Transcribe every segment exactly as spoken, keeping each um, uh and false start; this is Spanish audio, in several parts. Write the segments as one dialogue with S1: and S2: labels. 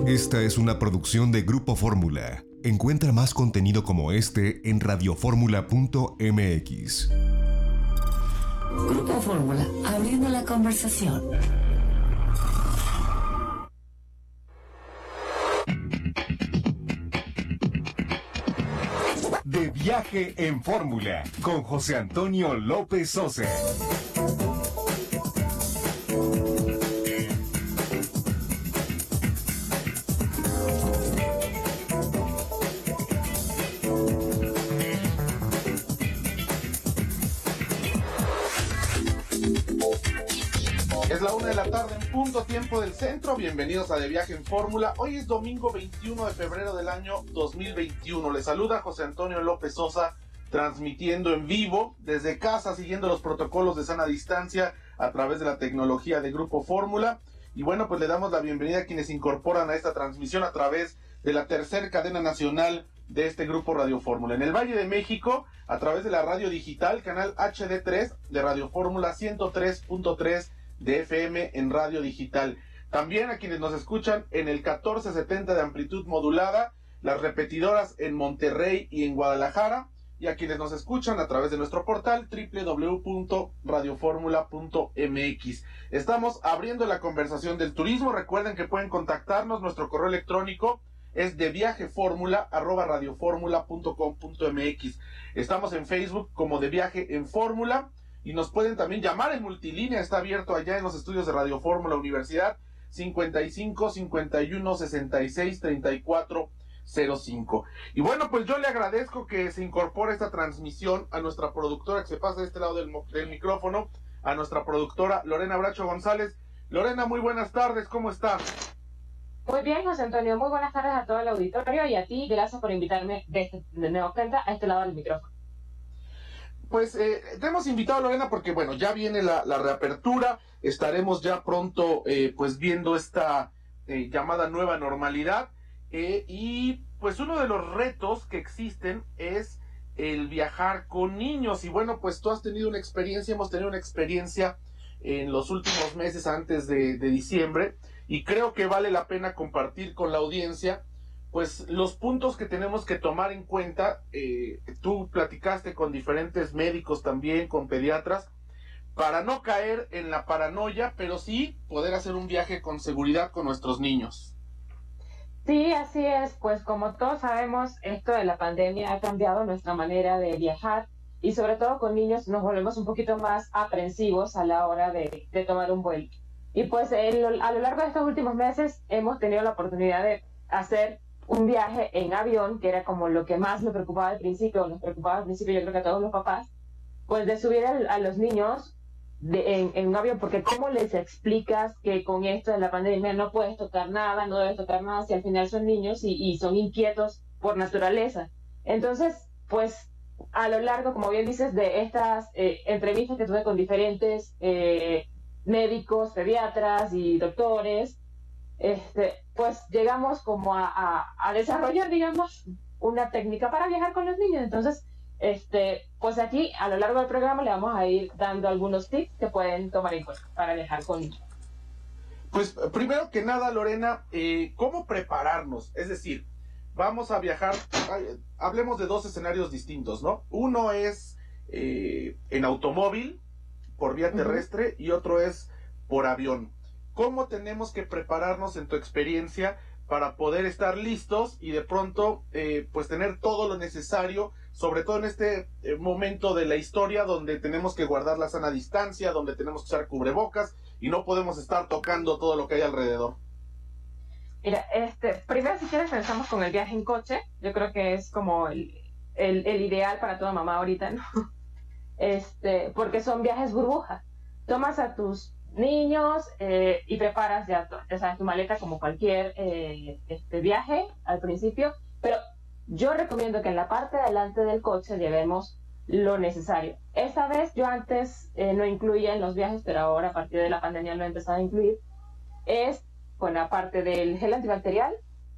S1: Esta es una producción de Grupo Fórmula. Encuentra más contenido como este en radioformula punto m x.
S2: Grupo Fórmula, abriendo la conversación.
S1: De viaje en Fórmula con José Antonio López Sosa.
S3: Es la una de la tarde en punto, tiempo del centro. Bienvenidos a De Viaje en Fórmula. Hoy es domingo veintiuno de febrero del año dos mil veintiuno. Les saluda José Antonio López Sosa, transmitiendo en vivo desde casa, siguiendo los protocolos de sana distancia a través de la tecnología de Grupo Fórmula. Y bueno, pues le damos la bienvenida a quienes se incorporan a esta transmisión a través de la tercera cadena nacional de este Grupo Radio Fórmula. En el Valle de México, a través de la radio digital, canal H D tres de Radio Fórmula ciento tres punto tres de F M en radio digital. También a quienes nos escuchan en el catorce setenta de amplitud modulada, las repetidoras en Monterrey y en Guadalajara, y a quienes nos escuchan a través de nuestro portal doble u doble u doble u punto radio fórmula punto m x. Estamos abriendo la conversación del turismo. Recuerden que pueden contactarnos, nuestro correo electrónico es de viajeformula arroba radioformula punto com punto m x. Estamos en Facebook como De Viaje en Fórmula. Y nos pueden también llamar en multilínea, está abierto allá en los estudios de Radio Fórmula Universidad, cincuenta y cinco, cincuenta y uno, sesenta y seis, treinta y cuatro cero cinco. Y bueno, pues yo le agradezco que se incorpore esta transmisión a nuestra productora, que se pasa de este lado del, del micrófono, a nuestra productora Lorena Bracho González. Lorena, muy buenas tardes, ¿cómo está?
S4: Muy bien, José Antonio, muy buenas tardes a todo el auditorio y a ti, gracias por invitarme de, este, de nueva cuenta a este lado del micrófono.
S3: Pues eh, te hemos invitado, Lorena, porque bueno, ya viene la, la reapertura, estaremos ya pronto eh, pues viendo esta eh, llamada nueva normalidad, eh, y pues uno de los retos que existen es el viajar con niños. Y bueno, pues tú has tenido una experiencia, hemos tenido una experiencia en los últimos meses antes de, de diciembre, y creo que vale la pena compartir con la audiencia pues los puntos que tenemos que tomar en cuenta. Eh, tú platicaste con diferentes médicos también, con pediatras, para no caer en la paranoia, pero sí poder hacer un viaje con seguridad con nuestros niños.
S4: Sí, así es, pues como todos sabemos, esto de la pandemia ha cambiado nuestra manera de viajar y sobre todo con niños nos volvemos un poquito más aprensivos a la hora de, de tomar un vuelo. Y pues el, a lo largo de estos últimos meses hemos tenido la oportunidad de hacer un viaje en avión, que era como lo que más me preocupaba al principio, nos preocupaba al principio, yo creo que a todos los papás, pues de subir a, a los niños de, en, en un avión, porque ¿cómo les explicas que con esto de la pandemia no puedes tocar nada, no debes tocar nada, si al final son niños y, y son inquietos por naturaleza? Entonces, pues a lo largo, como bien dices, de estas eh, entrevistas que tuve con diferentes eh, médicos, pediatras y doctores, Este, pues llegamos como a, a, a desarrollar, digamos, una técnica para viajar con los niños. Entonces, este, pues aquí a lo largo del programa le vamos a ir dando algunos tips que pueden tomar en cuenta para viajar con niños.
S3: Pues primero que nada, Lorena, eh, ¿cómo prepararnos? Es decir, vamos a viajar, eh, hablemos de dos escenarios distintos, ¿no? Uno es eh, en automóvil, por vía terrestre, uh-huh. y otro es por avión. ¿Cómo tenemos que prepararnos en tu experiencia para poder estar listos y de pronto eh, pues tener todo lo necesario, sobre todo en este eh, momento de la historia donde tenemos que guardar la sana distancia, donde tenemos que usar cubrebocas y no podemos estar tocando todo lo que hay alrededor?
S4: Mira, este, primero si quieres pensamos con el viaje en coche. Yo creo que es como el, el, el ideal para toda mamá ahorita, ¿no? Este, porque son viajes burbuja. Tomas a tus niños eh, y preparas ya tu, o sea, tu maleta como cualquier eh, este viaje al principio, pero yo recomiendo que en la parte de adelante del coche llevemos lo necesario. Esta vez yo antes eh, no incluía en los viajes, pero ahora a partir de la pandemia lo he empezado a incluir, es con la parte del gel antibacterial,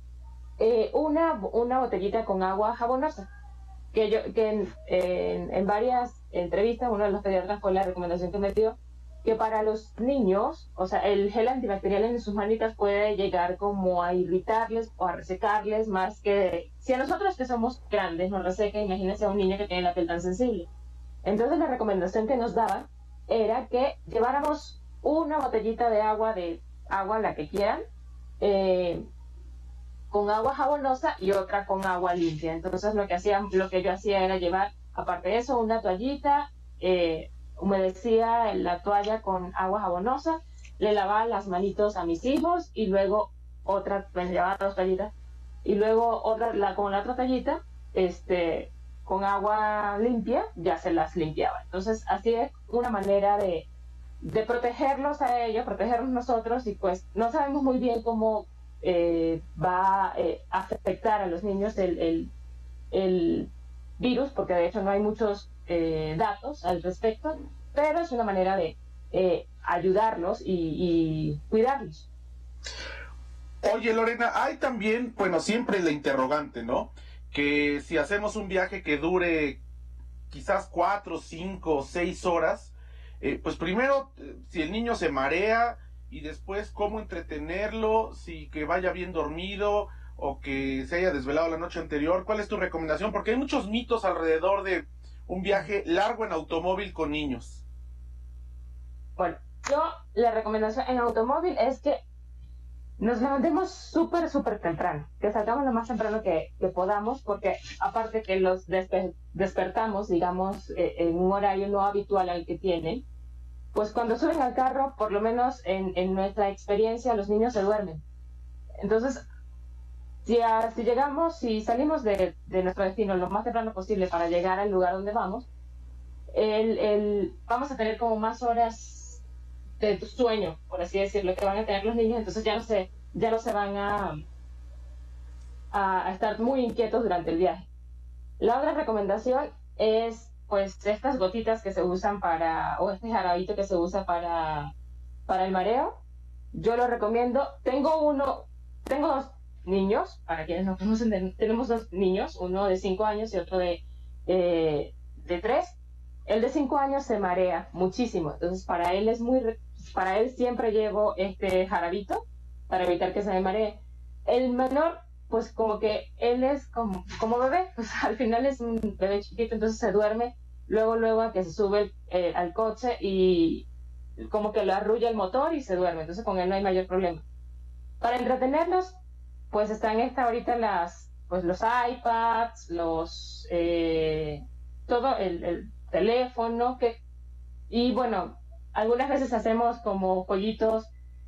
S4: eh, una, una botellita con agua jabonosa, que yo que en, en, en varias entrevistas uno de los pediatras fue la recomendación que me dio, que para los niños, o sea, el gel antibacterial en sus manitas puede llegar como a irritarles o a resecarles más que... Si a nosotros que somos grandes nos reseca, imagínense a un niño que tiene la piel tan sensible. Entonces la recomendación que nos daban era que lleváramos una botellita de agua, de agua la que quieran, eh, con agua jabonosa y otra con agua limpia. Entonces lo que hacía, lo que yo hacía era llevar, aparte de eso, una toallita, eh, humedecía la toalla con agua jabonosa, le lavaba las manitos a mis hijos y luego otra, pues llevaba dos toallitas, y luego otra, la, con la otra toallita, este, con agua limpia, ya se las limpiaba. Entonces así es una manera de, de protegerlos a ellos, protegernos nosotros, y pues no sabemos muy bien cómo eh, va eh, a afectar a los niños el, el, el virus, porque de hecho no hay muchos eh, datos al respecto, pero es una manera de eh, ayudarlos y, y cuidarlos.
S3: Oye, Lorena, hay también, bueno, siempre la interrogante, ¿no? Que si hacemos un viaje que dure quizás cuatro, cinco, seis horas, eh, pues primero, si el niño se marea, y después cómo entretenerlo, si que vaya bien dormido o que se haya desvelado la noche anterior. ¿Cuál es tu recomendación? Porque hay muchos mitos alrededor de un viaje largo en automóvil con niños.
S4: Bueno, yo la recomendación en automóvil es que nos levantemos súper, súper temprano, que salgamos lo más temprano que, que podamos, porque aparte que los despe despertamos, digamos, eh, en un horario no habitual al que tienen, pues cuando suben al carro, por lo menos en, en nuestra experiencia, los niños se duermen. Entonces, si, a, si llegamos, si salimos de, de nuestro destino lo más temprano posible para llegar al lugar donde vamos, el, el, vamos a tener como más horas de sueño, por así decirlo, que van a tener los niños, entonces ya no se, ya no se van a, a, a estar muy inquietos durante el viaje. La otra recomendación es pues estas gotitas que se usan para, o este jarabito que se usa para, para el mareo. Yo lo recomiendo. Tengo uno, tengo dos niños, para quienes no conocen, tenemos dos niños, uno de cinco años y otro de, eh, de tres. El de cinco años se marea muchísimo, entonces para él es muy, para él siempre llevo este jarabito para evitar que se me maree. El menor, pues como que él es como, como bebé, pues al final es un bebé chiquito, entonces se duerme luego, luego a que se sube eh, al coche y como que lo arrulla el motor y se duerme, entonces con él no hay mayor problema. Para entretenerlos, pues están esta ahorita las, pues los iPads, los, eh, todo el, el teléfono, que, y bueno, algunas veces hacemos como jueguitos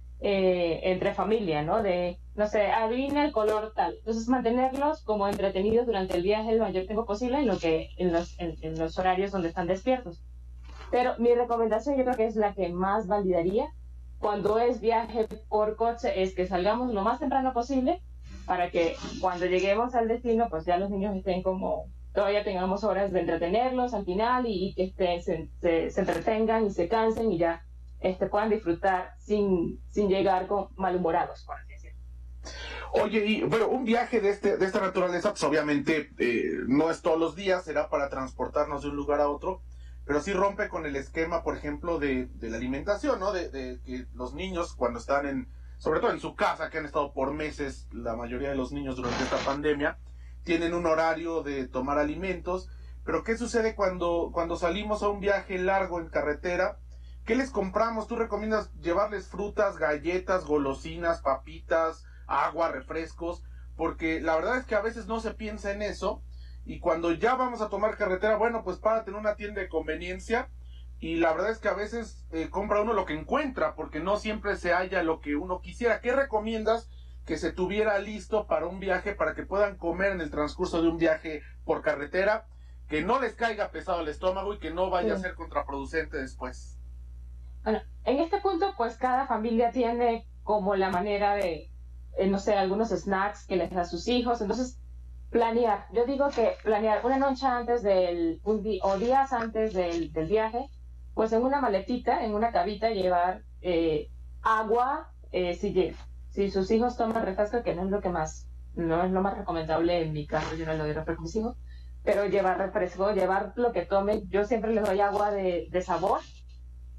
S4: eh, entre familia, ¿no? De, no sé, adivina el color tal. Entonces mantenerlos como entretenidos durante el viaje el mayor tiempo posible en, lo que, en, los, en, en los horarios donde están despiertos. Pero mi recomendación, yo creo que es la que más validaría cuando es viaje por coche, es que salgamos lo más temprano posible para que cuando lleguemos al destino, pues ya los niños estén como, todavía tengamos horas de entretenerlos al final y, y que estén, se, se, se entretengan y se cansen y ya este, puedan disfrutar sin, sin llegar con malhumorados, por así decirlo.
S3: Oye, y bueno, un viaje de, este, de esta naturaleza, pues obviamente eh, no es todos los días, será para transportarnos de un lugar a otro, pero sí rompe con el esquema, por ejemplo, de, de la alimentación, ¿no? De, de que los niños cuando están en, sobre todo en su casa, que han estado por meses, la mayoría de los niños durante esta pandemia, tienen un horario de tomar alimentos, pero ¿qué sucede cuando, cuando salimos a un viaje largo en carretera? ¿Qué les compramos? ¿Tú recomiendas llevarles frutas, galletas, golosinas, papitas, agua, refrescos? Porque la verdad es que a veces no se piensa en eso, y cuando ya vamos a tomar carretera, bueno, pues párate en una tienda de conveniencia, y la verdad es que a veces eh, compra uno lo que encuentra, porque no siempre se halla lo que uno quisiera. ¿Qué recomiendas que se tuviera listo para un viaje, para que puedan comer en el transcurso de un viaje por carretera, que no les caiga pesado el estómago y que no vaya sí. a ser contraproducente después?
S4: Bueno, en este punto, pues cada familia tiene como la manera de, eh, no sé, algunos snacks que les da a sus hijos, entonces planear. Yo digo que planear una noche antes del, un día, o días antes del, del viaje, pues en una maletita, en una cabita, llevar eh, agua, eh, si, si sus hijos toman refresco, que no es lo que más, no es lo más recomendable en mi caso, yo no le doy refresco a mis hijos, pero llevar refresco, llevar lo que tomen. Yo siempre les doy agua de, de sabor,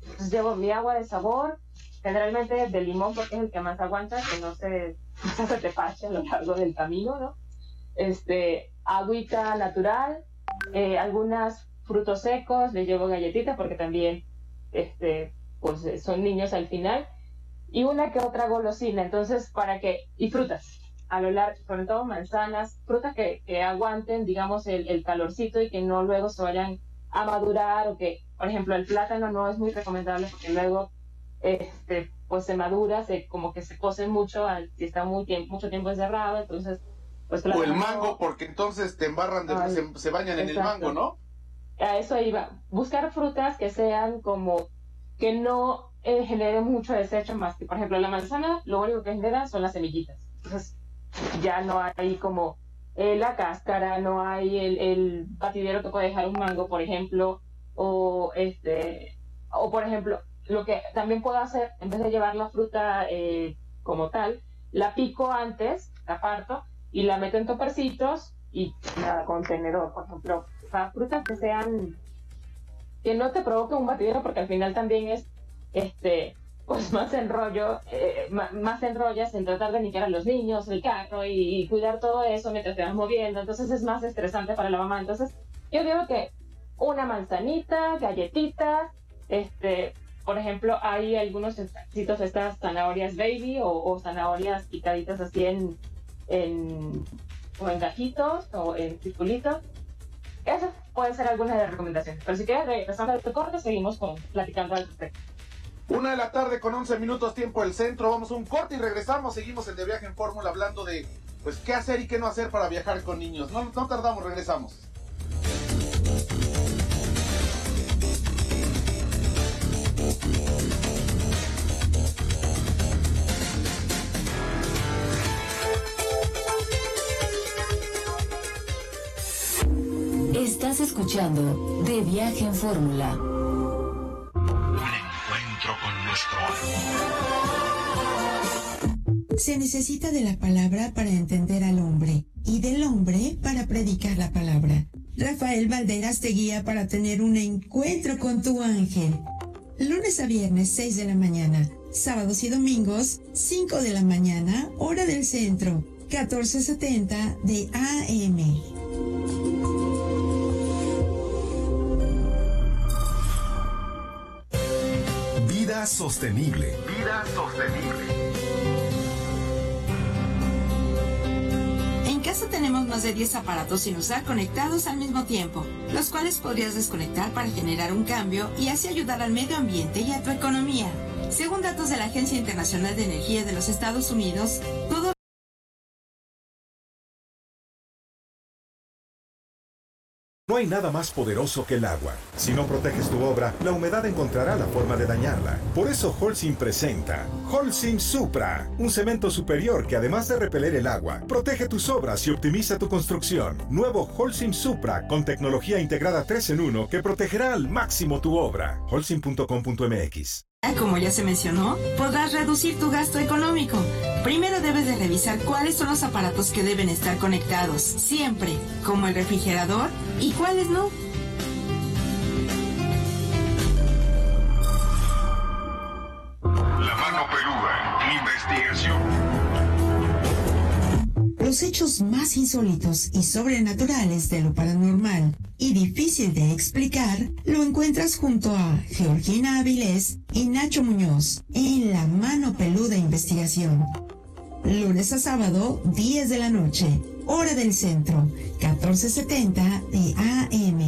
S4: Entonces llevo mi agua de sabor, generalmente de limón porque es el que más aguanta, que no se, no se te pache a lo largo del camino, ¿no? Este, agüita natural, eh, algunos frutos secos, le llevo galletitas porque también este, pues, son niños al final, y una que otra golosina, entonces para que, y frutas, a lo largo, sobre todo manzanas, frutas que, que aguanten, digamos, el, el calorcito y que no luego se vayan a madurar, o que, por ejemplo, el plátano no es muy recomendable porque luego este, pues se madura, se, como que se cose mucho si está muy tiempo, mucho tiempo encerrado, entonces pues
S3: o el mango, porque entonces te embarran, de, Ay, se, se bañan exacto. en el mango, ¿no?
S4: A eso iba, buscar frutas que sean como, que no eh, generen mucho desecho más, que por ejemplo la manzana, lo único que genera son las semillitas, entonces ya no hay como eh, la cáscara, no hay el, el batidero que puede dejar un mango, por ejemplo, o este, o por ejemplo, lo que también puedo hacer, en vez de llevar la fruta eh, como tal, la pico antes, la parto, y la meto en topercitos y nada, con tenedor, por ejemplo, para frutas que sean, que no te provoque un batidero, porque al final también es, este, pues más enrollo, eh, más, más enrollas en tratar de limpiar a los niños, el carro y, y cuidar todo eso mientras te vas moviendo, entonces es más estresante para la mamá. Entonces yo digo que una manzanita, galletitas, este, por ejemplo, hay algunos sitios, estas zanahorias baby o, o zanahorias picaditas así en, en, o en gajitos o en circulitos. Esas pueden ser algunas de las recomendaciones. Pero si quieres, regresando al corte, seguimos con, platicando al respecto.
S3: Una de la tarde con once minutos, tiempo del centro. Vamos a un corte y regresamos. Seguimos en De Viaje en Fórmula hablando de pues qué hacer y qué no hacer para viajar con niños. No, no tardamos, regresamos.
S2: Estás escuchando De Viaje en Fórmula.
S5: Un encuentro con nuestro amor.
S6: Se necesita de la palabra para entender al hombre y del hombre para predicar la palabra. Rafael Valderas te guía para tener un encuentro con tu ángel. Lunes a viernes, seis de la mañana. Sábados y domingos, cinco de la mañana, hora del centro. catorce setenta de A M.
S1: Vida sostenible.
S3: Vida sostenible.
S7: En casa tenemos más de diez aparatos sin usar conectados al mismo tiempo, los cuales podrías desconectar para generar un cambio y así ayudar al medio ambiente y a tu economía. Según datos de la Agencia Internacional de Energía de los Estados Unidos, todo
S8: No hay nada más poderoso que el agua. Si no proteges tu obra, la humedad encontrará la forma de dañarla. Por eso Holcim presenta Holcim Supra, un cemento superior que además de repeler el agua, protege tus obras y optimiza tu construcción. Nuevo Holcim Supra con tecnología integrada tres en uno que protegerá al máximo tu obra. holcim punto com punto m x.
S7: Como ya se mencionó, podrás reducir tu gasto económico. Primero debes de revisar cuáles son los aparatos que deben estar conectados, siempre, como el refrigerador, y cuáles no.
S5: La mano peluda, investigación.
S6: Los hechos más insólitos y sobrenaturales de lo paranormal y difícil de explicar lo encuentras junto a Georgina Avilés y Nacho Muñoz en La Mano Peluda Investigación. Lunes a sábado, diez de la noche, hora del centro, catorce setenta de A M.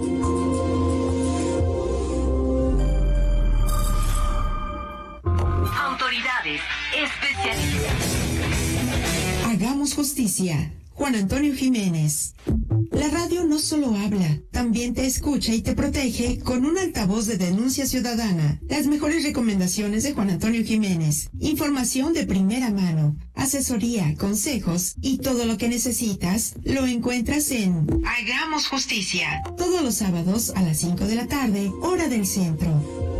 S2: Autoridades especializadas.
S6: Hagamos justicia. Juan Antonio Jiménez. La radio no solo habla, también te escucha y te protege con un altavoz de denuncia ciudadana. Las mejores recomendaciones de Juan Antonio Jiménez. Información de primera mano, asesoría, consejos y todo lo que necesitas lo encuentras en Hagamos Justicia. Todos los sábados a las cinco de la tarde, hora del centro.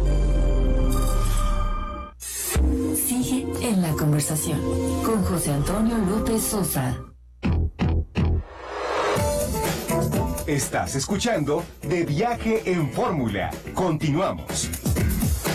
S2: Sigue en la conversación con José Antonio López Sosa.
S1: Estás escuchando De Viaje en Fórmula. Continuamos.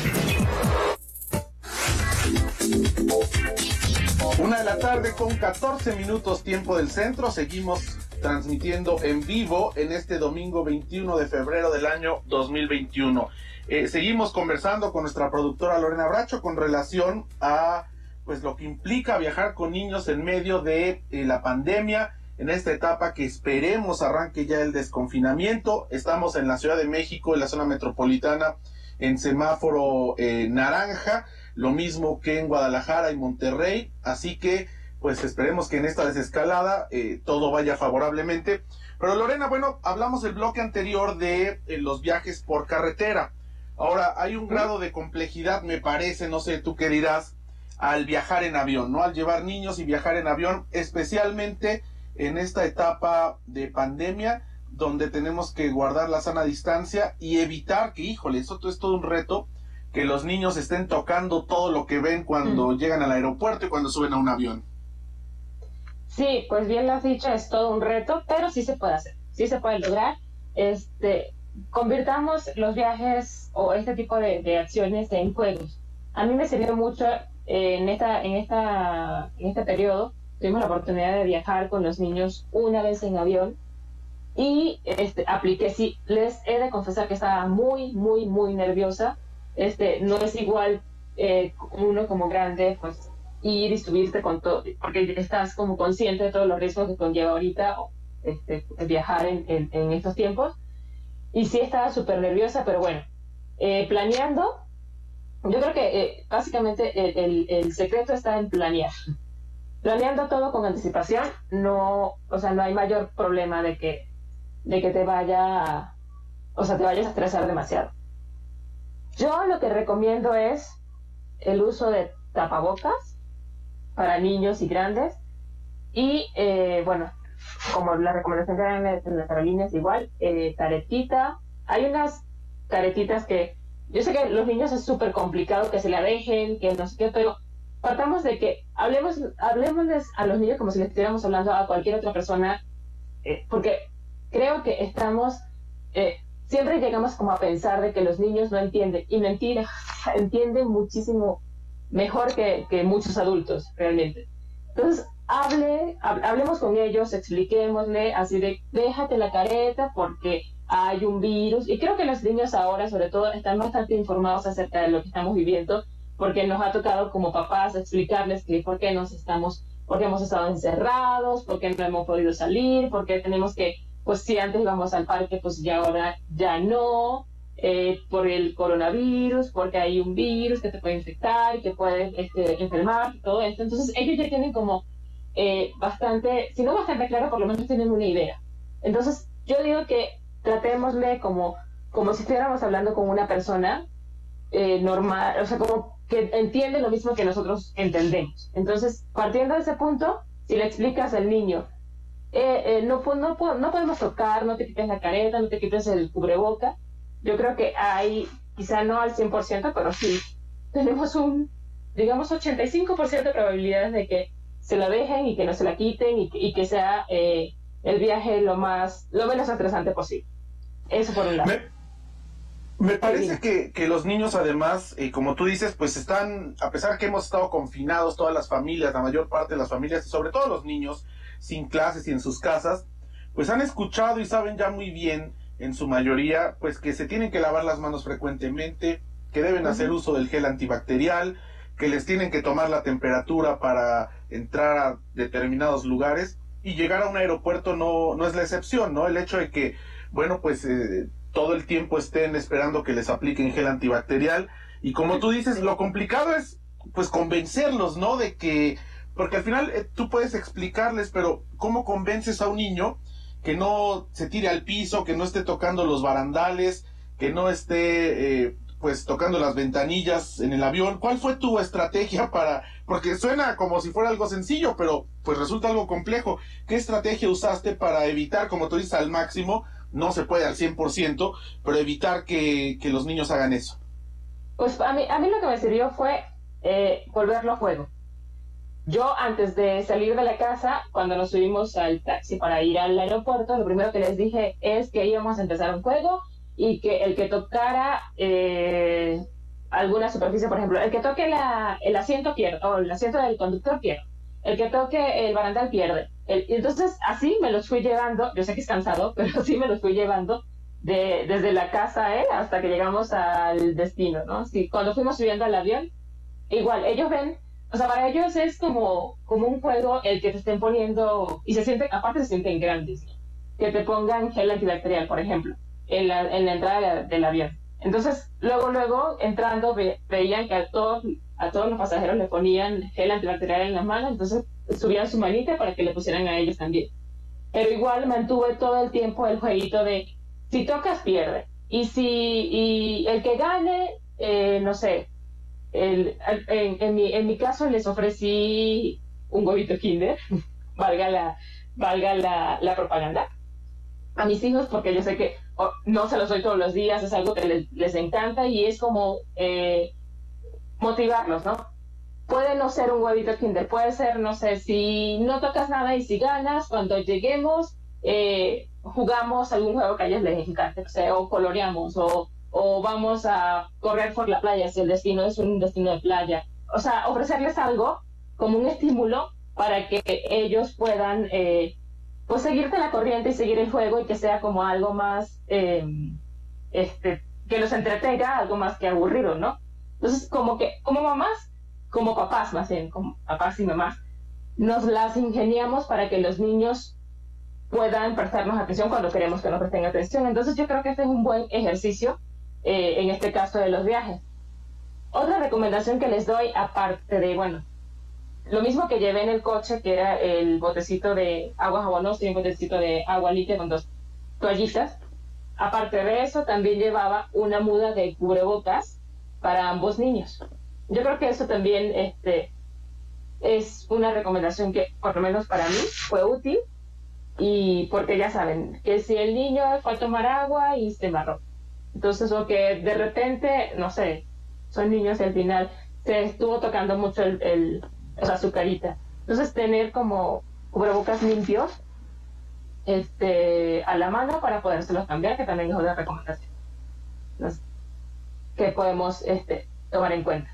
S3: Una de la tarde con catorce minutos tiempo del centro. Seguimos transmitiendo en vivo en este domingo veintiuno de febrero del año dos mil veintiuno. Eh, seguimos conversando con nuestra productora Lorena Bracho con relación a pues lo que implica viajar con niños en medio de eh, la pandemia, en esta etapa que esperemos arranque ya el desconfinamiento. Estamos en la Ciudad de México, en la zona metropolitana, en semáforo eh, naranja, lo mismo que en Guadalajara y Monterrey, así que pues esperemos que en esta desescalada eh, todo vaya favorablemente. Pero Lorena, bueno, hablamos el bloque anterior de eh, los viajes por carretera. Ahora, hay un grado de complejidad, me parece, no sé, tú qué dirás, al viajar en avión, ¿no? Al llevar niños y viajar en avión, especialmente en esta etapa de pandemia, donde tenemos que guardar la sana distancia y evitar que, híjole, eso es todo un reto, que los niños estén tocando todo lo que ven cuando mm. llegan al aeropuerto y cuando suben a un avión.
S4: Sí, pues bien lo has dicho, es todo un reto, pero sí se puede hacer, sí se puede lograr. Este, convirtamos los viajes o este tipo de, de acciones en juegos. A mí me sirvió mucho eh, en, esta, en, esta, en este periodo. Tuvimos la oportunidad de viajar con los niños una vez en avión y este, apliqué, sí, les he de confesar que estaba muy, muy, muy nerviosa. Este, no es igual eh, uno como grande, pues ir y subirte con todo, porque estás como consciente de todos los riesgos que conlleva ahorita este, viajar en, en, en estos tiempos. Y sí estaba súper nerviosa, pero bueno, eh, planeando, yo creo que eh, básicamente el, el, el secreto está en planear. Planeando todo con anticipación, no, o sea, no hay mayor problema de que, de que te vaya, o sea, te vayas a estresar demasiado. Yo lo que recomiendo es el uso de tapabocas para niños y grandes y, eh, bueno, como la recomendación que dan en las aerolíneas igual, eh, caretita. Hay unas caretitas que, yo sé que los niños es súper complicado que se la dejen, que no sé qué, pero partamos de que hablemos, hablemosles a los niños como si les estuviéramos hablando a cualquier otra persona, eh, porque creo que estamos... Eh, Siempre llegamos como a pensar de que los niños no entienden, y mentira, entienden muchísimo mejor que, que muchos adultos, realmente. Entonces, hable, hablemos con ellos, expliquémosle, así de, déjate la careta porque hay un virus, y creo que los niños ahora, sobre todo, están bastante informados acerca de lo que estamos viviendo, porque nos ha tocado como papás explicarles que por qué nos estamos, por qué hemos estado encerrados, por qué no hemos podido salir, por qué tenemos que... pues si antes íbamos al parque, pues ya ahora ya no, eh, por el coronavirus, porque hay un virus que te puede infectar, que puede este, enfermar, todo esto. Entonces ellos ya tienen como eh, bastante, si no bastante claro, por lo menos tienen una idea. Entonces yo digo que tratémosle como, como si estuviéramos hablando con una persona eh, normal, o sea, como que entiende lo mismo que nosotros entendemos. Entonces, partiendo de ese punto, si le explicas al niño, Eh, eh, no, no, no podemos tocar, no te quites la careta, no te quites el cubreboca. Yo creo que hay, quizá no al cien por ciento, pero sí, tenemos un, digamos, ochenta y cinco por ciento de probabilidades de que se la dejen y que no se la quiten y, y que sea eh, el viaje lo más, lo menos estresante posible. Eso por un lado.
S3: Me, me parece que, que los niños además, eh, como tú dices, pues están, a pesar que hemos estado confinados, todas las familias, la mayor parte de las familias, y sobre todo los niños, sin clases y en sus casas, pues han escuchado y saben ya muy bien, en su mayoría, pues que se tienen que lavar las manos frecuentemente, que deben uh-huh. hacer uso del gel antibacterial, que les tienen que tomar la temperatura para entrar a determinados lugares, y llegar a un aeropuerto no, no es la excepción, ¿no? El hecho de que, bueno, pues eh, todo el tiempo estén esperando que les apliquen gel antibacterial, y como tú dices, lo complicado es, pues, convencerlos, ¿no? De que porque al final eh, tú puedes explicarles, pero ¿cómo convences a un niño que no se tire al piso, que no esté tocando los barandales, que no esté eh, pues tocando las ventanillas en el avión? ¿Cuál fue tu estrategia para...? Porque suena como si fuera algo sencillo, pero pues resulta algo complejo. ¿Qué estrategia usaste para evitar, como tú dices, al máximo, no se puede al cien por ciento, pero evitar que, que los niños hagan eso?
S4: Pues a mí, a mí lo que me sirvió fue eh, volverlo a juego. Yo, antes de salir de la casa, cuando nos subimos al taxi para ir al aeropuerto, lo primero que les dije es que íbamos a empezar un juego y que el que tocara eh, alguna superficie, por ejemplo, el que toque la, el asiento pierde, o el asiento del conductor pierde. el que toque el barandal pierde. El, y entonces así me los fui llevando, yo sé que es cansado, pero sí me los fui llevando de, desde la casa ¿eh? hasta que llegamos al destino, ¿no? Sí, cuando fuimos subiendo al avión, igual, ellos ven, o sea, para ellos es como, como un juego el que te estén poniendo, y se sienten, aparte se sienten grandes, ¿no? Que te pongan gel antibacterial, por ejemplo, en la, en la entrada de la, del avión. Entonces, luego, luego, entrando, ve, veían que a todos, a todos los pasajeros le ponían gel antibacterial en las manos, entonces subían su manita para que le pusieran a ellos también. Pero igual mantuve todo el tiempo el jueguito de, si tocas, pierde. Y si y el que gane, eh, no sé, el, en, en, mi, en mi caso les ofrecí un huevito Kinder, valga la, valga la, la propaganda, a mis hijos, porque yo sé que oh, no se los doy todos los días, es algo que les, les encanta y es como eh, motivarlos, ¿no? Puede no ser un huevito Kinder, puede ser, no sé, si no tocas nada y si ganas, cuando lleguemos, eh, jugamos algún juego que a ellos les encante, o sea, o coloreamos, o, o vamos a correr por la playa, si el destino es un destino de playa. O sea, ofrecerles algo como un estímulo para que ellos puedan... Eh, pues seguirte la corriente y seguir el juego y que sea como algo más, eh, este, que los entretenga, algo más que aburrido, ¿no? Entonces, como que, como mamás, como papás más bien, como papás y mamás, nos las ingeniamos para que los niños puedan prestarnos atención cuando queremos que nos presten atención. Entonces, yo creo que este es un buen ejercicio, eh, en este caso de los viajes. Otra recomendación que les doy, aparte de, bueno, lo mismo que llevé en el coche, que era el botecito de agua jabonosa y un botecito de agua líquida con dos toallitas. Aparte de eso, también llevaba una muda de cubrebocas para ambos niños. Yo creo que eso también este, es una recomendación que, por lo menos para mí, fue útil. Y porque ya saben, que si el niño fue a tomar agua y se embarró. Entonces, o que de repente, no sé, son niños y al final se estuvo tocando mucho el... el o sea, su carita. Entonces, tener como cubrebocas limpios este, a la mano para podérselos cambiar, que también es una recomendación. Entonces, que podemos este, tomar en cuenta.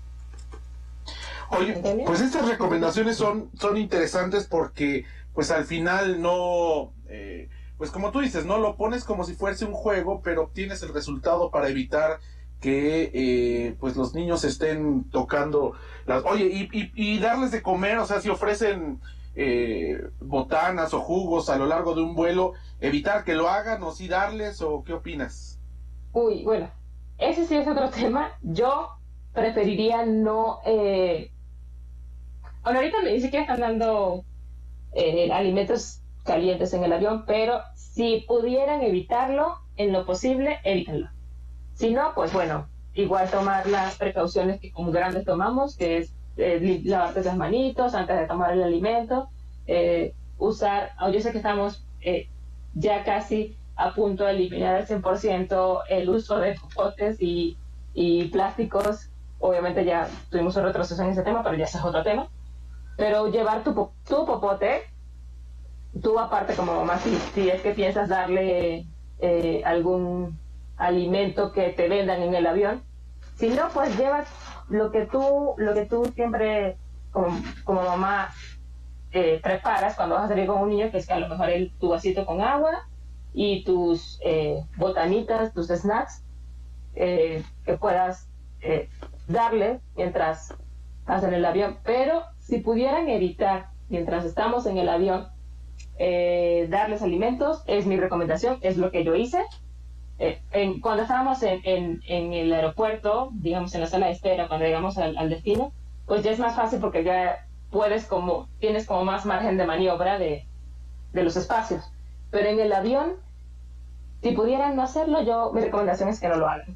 S3: Oye, pues estas recomendaciones son, son interesantes porque, pues al final no, eh, pues como tú dices, no lo pones como si fuese un juego, pero obtienes el resultado para evitar que eh, pues los niños estén tocando las... Oye, y, y, y darles de comer, o sea, si ofrecen eh, botanas o jugos a lo largo de un vuelo, evitar que lo hagan o sí darles, o ¿qué opinas?
S4: Uy, bueno, ese sí es otro tema. Yo preferiría no... Eh... Bueno, ahorita ni siquiera están dando eh, alimentos calientes en el avión, pero si pudieran evitarlo, en lo posible, evítenlo. Si no, pues bueno, igual tomar las precauciones que como grandes tomamos, que es eh, lavarte las manitos antes de tomar el alimento, eh, usar, yo sé que estamos eh, ya casi a punto de eliminar al cien por ciento el uso de popotes y, y plásticos. Obviamente ya tuvimos un retroceso en ese tema, pero ya ese es otro tema. Pero llevar tu, tu popote, tú aparte como mamá, si, si es que piensas darle eh, algún alimento que te vendan en el avión, si no, pues llevas lo que tú lo que tú siempre como, como mamá eh, preparas cuando vas a salir con un niño, que es que a lo mejor el, tu vasito con agua y tus eh, botanitas, tus snacks eh, que puedas eh, darle mientras estás en el avión. Pero si pudieran evitar mientras estamos en el avión eh, darles alimentos, es mi recomendación, es lo que yo hice. Eh, en, cuando estábamos en, en, en el aeropuerto, digamos en la sala de espera, cuando llegamos al, al destino, pues ya es más fácil porque ya puedes como, tienes como más margen de maniobra de, de los espacios. Pero en el avión, si pudieran no hacerlo, yo, mi recomendación es que no lo hagan.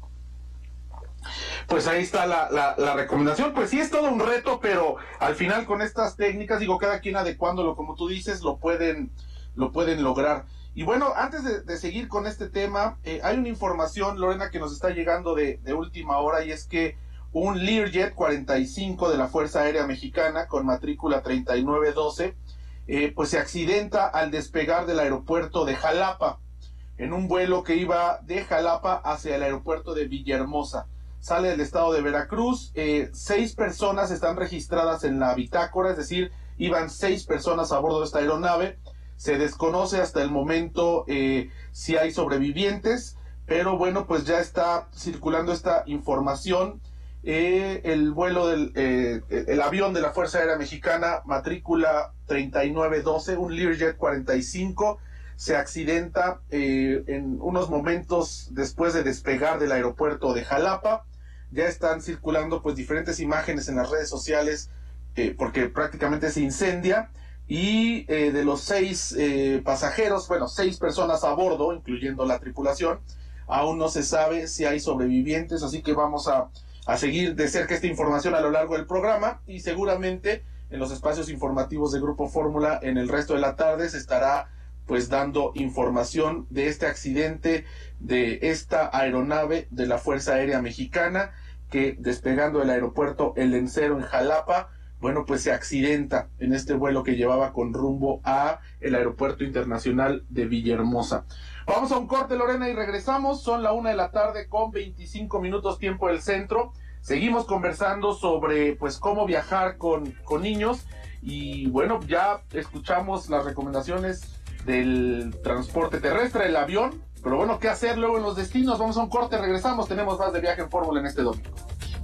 S3: Pues ahí está la, la, la recomendación. Pues sí, es todo un reto, pero al final con estas técnicas, digo, cada quien adecuándolo, como tú dices, lo pueden, lo pueden lograr. Y bueno, antes de, de seguir con este tema, eh, hay una información, Lorena, que nos está llegando de, de última hora, y es que un Learjet cuarenta y cinco de la Fuerza Aérea Mexicana, con matrícula treinta y nueve doce, eh, pues se accidenta al despegar del aeropuerto de Jalapa, en un vuelo que iba de Jalapa hacia el aeropuerto de Villahermosa. sale del estado de Veracruz. Eh, seis personas están registradas en la bitácora, es decir, iban seis personas a bordo de esta aeronave. Se desconoce hasta el momento eh, si hay sobrevivientes, pero bueno, pues ya está circulando esta información. Eh, el vuelo del eh, el avión de la Fuerza Aérea Mexicana, matrícula treinta y nueve doce, un Learjet cuarenta y cinco, se accidenta eh, en unos momentos después de despegar del aeropuerto de Jalapa. Ya están circulando pues diferentes imágenes en las redes sociales eh, porque prácticamente se incendia. Y eh, de los seis eh, pasajeros, bueno, seis personas a bordo, incluyendo la tripulación, aún no se sabe si hay sobrevivientes, así que vamos a, a seguir de cerca esta información a lo largo del programa, y seguramente en los espacios informativos de Grupo Fórmula en el resto de la tarde se estará pues dando información de este accidente de esta aeronave de la Fuerza Aérea Mexicana que, despegando del aeropuerto El Lencero en Jalapa, bueno, pues se accidenta en este vuelo que llevaba con rumbo a el Aeropuerto Internacional de Villahermosa. Vamos a un corte, Lorena, y regresamos. Son la una de la tarde con veinticinco minutos tiempo del centro. Seguimos conversando sobre pues cómo viajar con, con niños, y bueno, ya escuchamos las recomendaciones del transporte terrestre, el avión, pero bueno, ¿qué hacer luego en los destinos? Vamos a un corte, regresamos, tenemos más de Viaje en Fórmula en este domingo.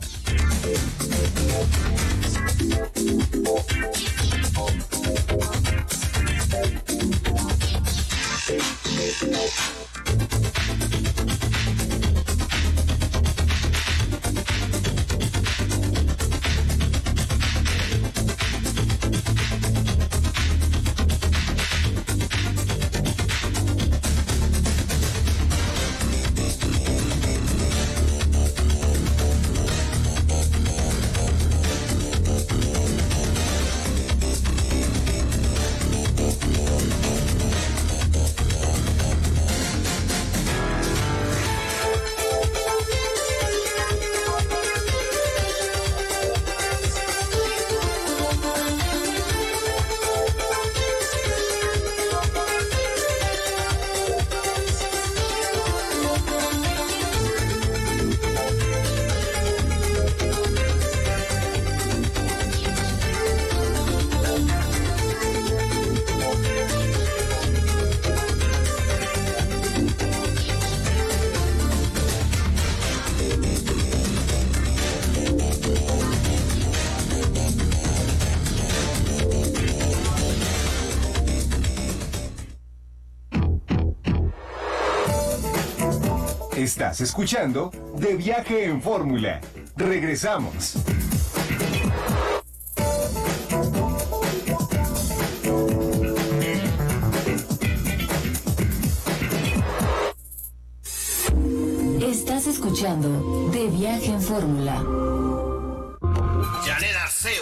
S1: Estás escuchando De Viaje en Fórmula. Regresamos.
S2: Estás escuchando De Viaje en Fórmula.
S5: Janet Arceo.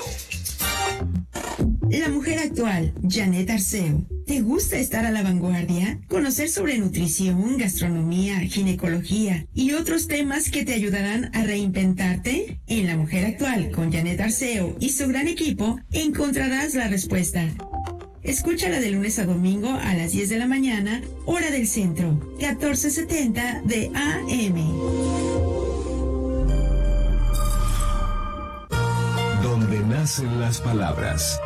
S6: La mujer actual, Janet Arceo. ¿Te gusta estar a la vanguardia? Conocer sobre nutrición, gastronomía, ginecología y otros temas que te ayudarán a reinventarte. En La Mujer Actual, con Janet Arceo y su gran equipo, encontrarás la respuesta. Escúchala de lunes a domingo a las diez de la mañana, hora del centro, catorce setenta de A M.
S1: Donde nacen las palabras.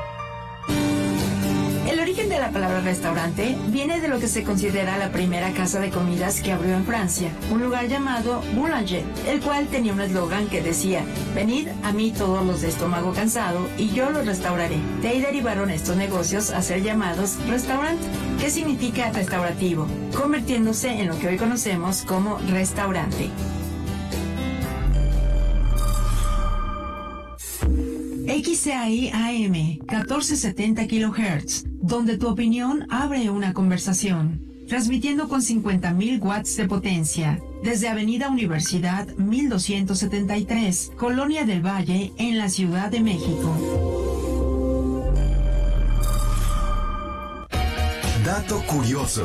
S7: El origen de la palabra restaurante viene de lo que se considera la primera casa de comidas que abrió en Francia, un lugar llamado Boulanger, el cual tenía un eslogan que decía: venid a mí todos los de estómago cansado y yo los restauraré. De ahí derivaron estos negocios a ser llamados restaurant, que significa restaurativo, convirtiéndose en lo que hoy conocemos como restaurante. X C I A M catorce setenta kilohertz, donde tu opinión abre una conversación. Transmitiendo con cincuenta mil watts de potencia, desde Avenida Universidad mil doscientos setenta y tres, Colonia del Valle, en la Ciudad de México.
S1: Dato curioso.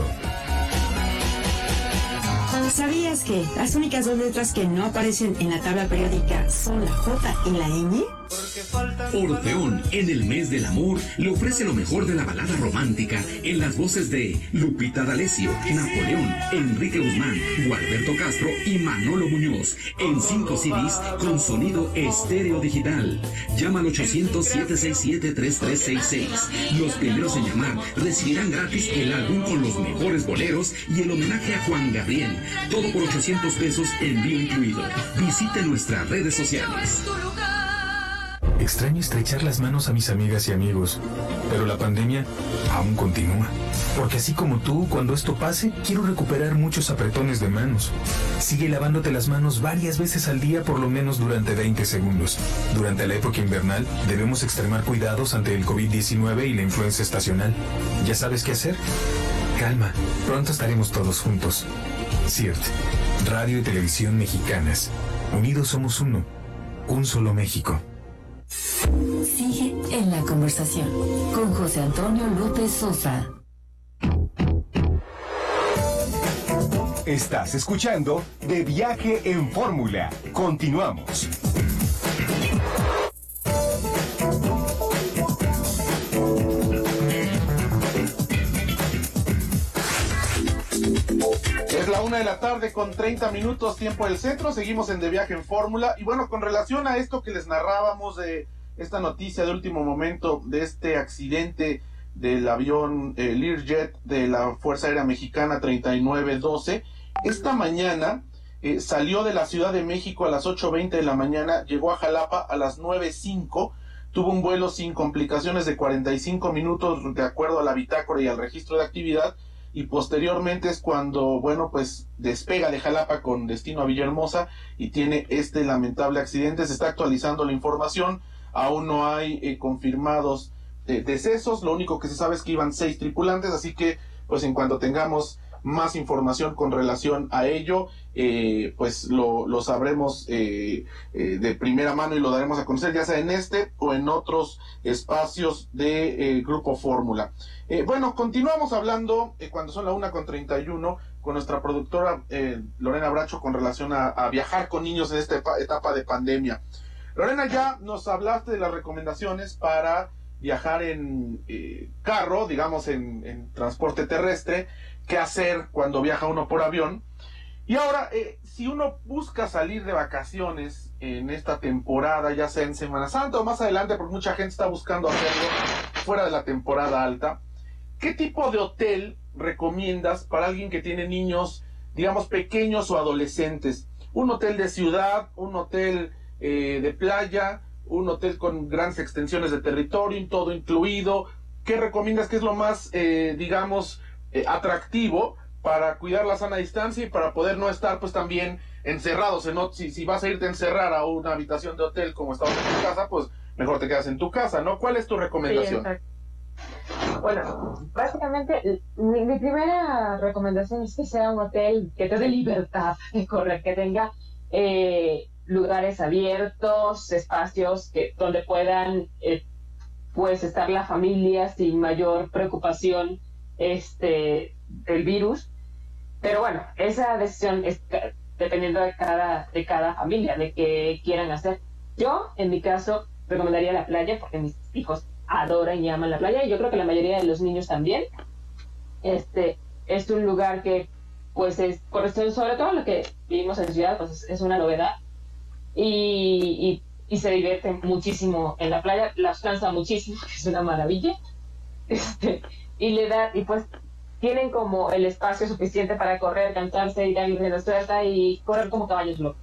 S7: ¿Sabías que las únicas dos letras que no aparecen en la tabla periódica son la J y la ñ?
S9: Orfeón, en el mes del amor, le ofrece lo mejor de la balada romántica en las voces de Lupita D'Alessio, Napoleón, Enrique Guzmán, Gualberto Castro y Manolo Muñoz, en cinco C Ds con sonido estéreo digital. Llama al ochocientos, siete seis siete, tres tres seis seis. Los primeros en llamar recibirán gratis el álbum con los mejores boleros y el homenaje a Juan Gabriel. Todo por ochocientos pesos, envío incluido. Visite nuestras redes sociales.
S10: Extraño estrechar las manos a mis amigas y amigos, pero la pandemia aún continúa. Porque así como tú, cuando esto pase, quiero recuperar muchos apretones de manos. Sigue lavándote las manos varias veces al día, por lo menos durante veinte segundos. Durante la época invernal, debemos extremar cuidados ante el COVID diecinueve y la influenza estacional. ¿Ya sabes qué hacer? Calma, pronto estaremos todos juntos. C I R T, Radio y Televisión Mexicanas. Unidos somos uno, un solo México.
S2: Sigue en la conversación con José Antonio López Sosa.
S1: Estás escuchando De Viaje en Fórmula. Continuamos.
S3: Es la una de la tarde con treinta minutos, tiempo del centro. Seguimos en De Viaje en Fórmula. Y bueno, con relación a esto que les narrábamos de esta noticia de último momento, de este accidente del avión eh, Learjet de la Fuerza Aérea Mexicana treinta y nueve doce, esta mañana eh, salió de la Ciudad de México a las ocho veinte de la mañana, llegó a Jalapa a las nueve cinco, tuvo un vuelo sin complicaciones de cuarenta y cinco minutos de acuerdo a la bitácora y al registro de actividad, y posteriormente es cuando, bueno, pues despega de Jalapa con destino a Villahermosa y tiene este lamentable accidente. Se está actualizando la información, aún no hay eh, confirmados eh, decesos, lo único que se sabe es que iban seis tripulantes, así que pues en cuanto tengamos más información con relación a ello, eh, pues lo, lo sabremos eh, eh, de primera mano y lo daremos a conocer, ya sea en este o en otros espacios de eh, Grupo Fórmula. Eh, bueno, continuamos hablando eh, cuando son la una con treinta y uno con nuestra productora eh, Lorena Bracho con relación a, a viajar con niños en esta etapa de pandemia. Lorena, ya nos hablaste de las recomendaciones para viajar en eh, carro, digamos en, en transporte terrestre, qué hacer cuando viaja uno por avión. Y ahora, eh, si uno busca salir de vacaciones en esta temporada, ya sea en Semana Santa o más adelante, porque mucha gente está buscando hacerlo fuera de la temporada alta, ¿qué tipo de hotel recomiendas para alguien que tiene niños, digamos, pequeños o adolescentes? ¿Un hotel de ciudad, un hotel eh, de playa, un hotel con grandes extensiones de territorio, todo incluido? ¿Qué recomiendas que es lo más, eh, digamos, eh, atractivo para cuidar la sana distancia y para poder no estar pues también encerrados? En, si, si vas a irte a encerrar a una habitación de hotel como estabas en tu casa, pues mejor te quedas en tu casa, ¿no? ¿Cuál es tu recomendación?
S4: Sí, bueno, básicamente mi, mi primera recomendación es que sea un hotel que te dé libertad de correr, que tenga eh, lugares abiertos, espacios que donde puedan eh, pues estar la familia sin mayor preocupación este del virus. Pero bueno, esa decisión es dependiendo de cada de cada familia, de qué quieran hacer. Yo, en mi caso, recomendaría la playa porque mis hijos adoran y aman la playa, y yo creo que la mayoría de los niños también. Este es un lugar que pues es, por sobre todo lo que vivimos en ciudad, pues es, es una novedad, y, y, y se divierten muchísimo en la playa, las cansa muchísimo, que es una maravilla, este, y le da, y pues tienen como el espacio suficiente para correr, cansarse, ir a vivir la suelta y correr como caballos locos.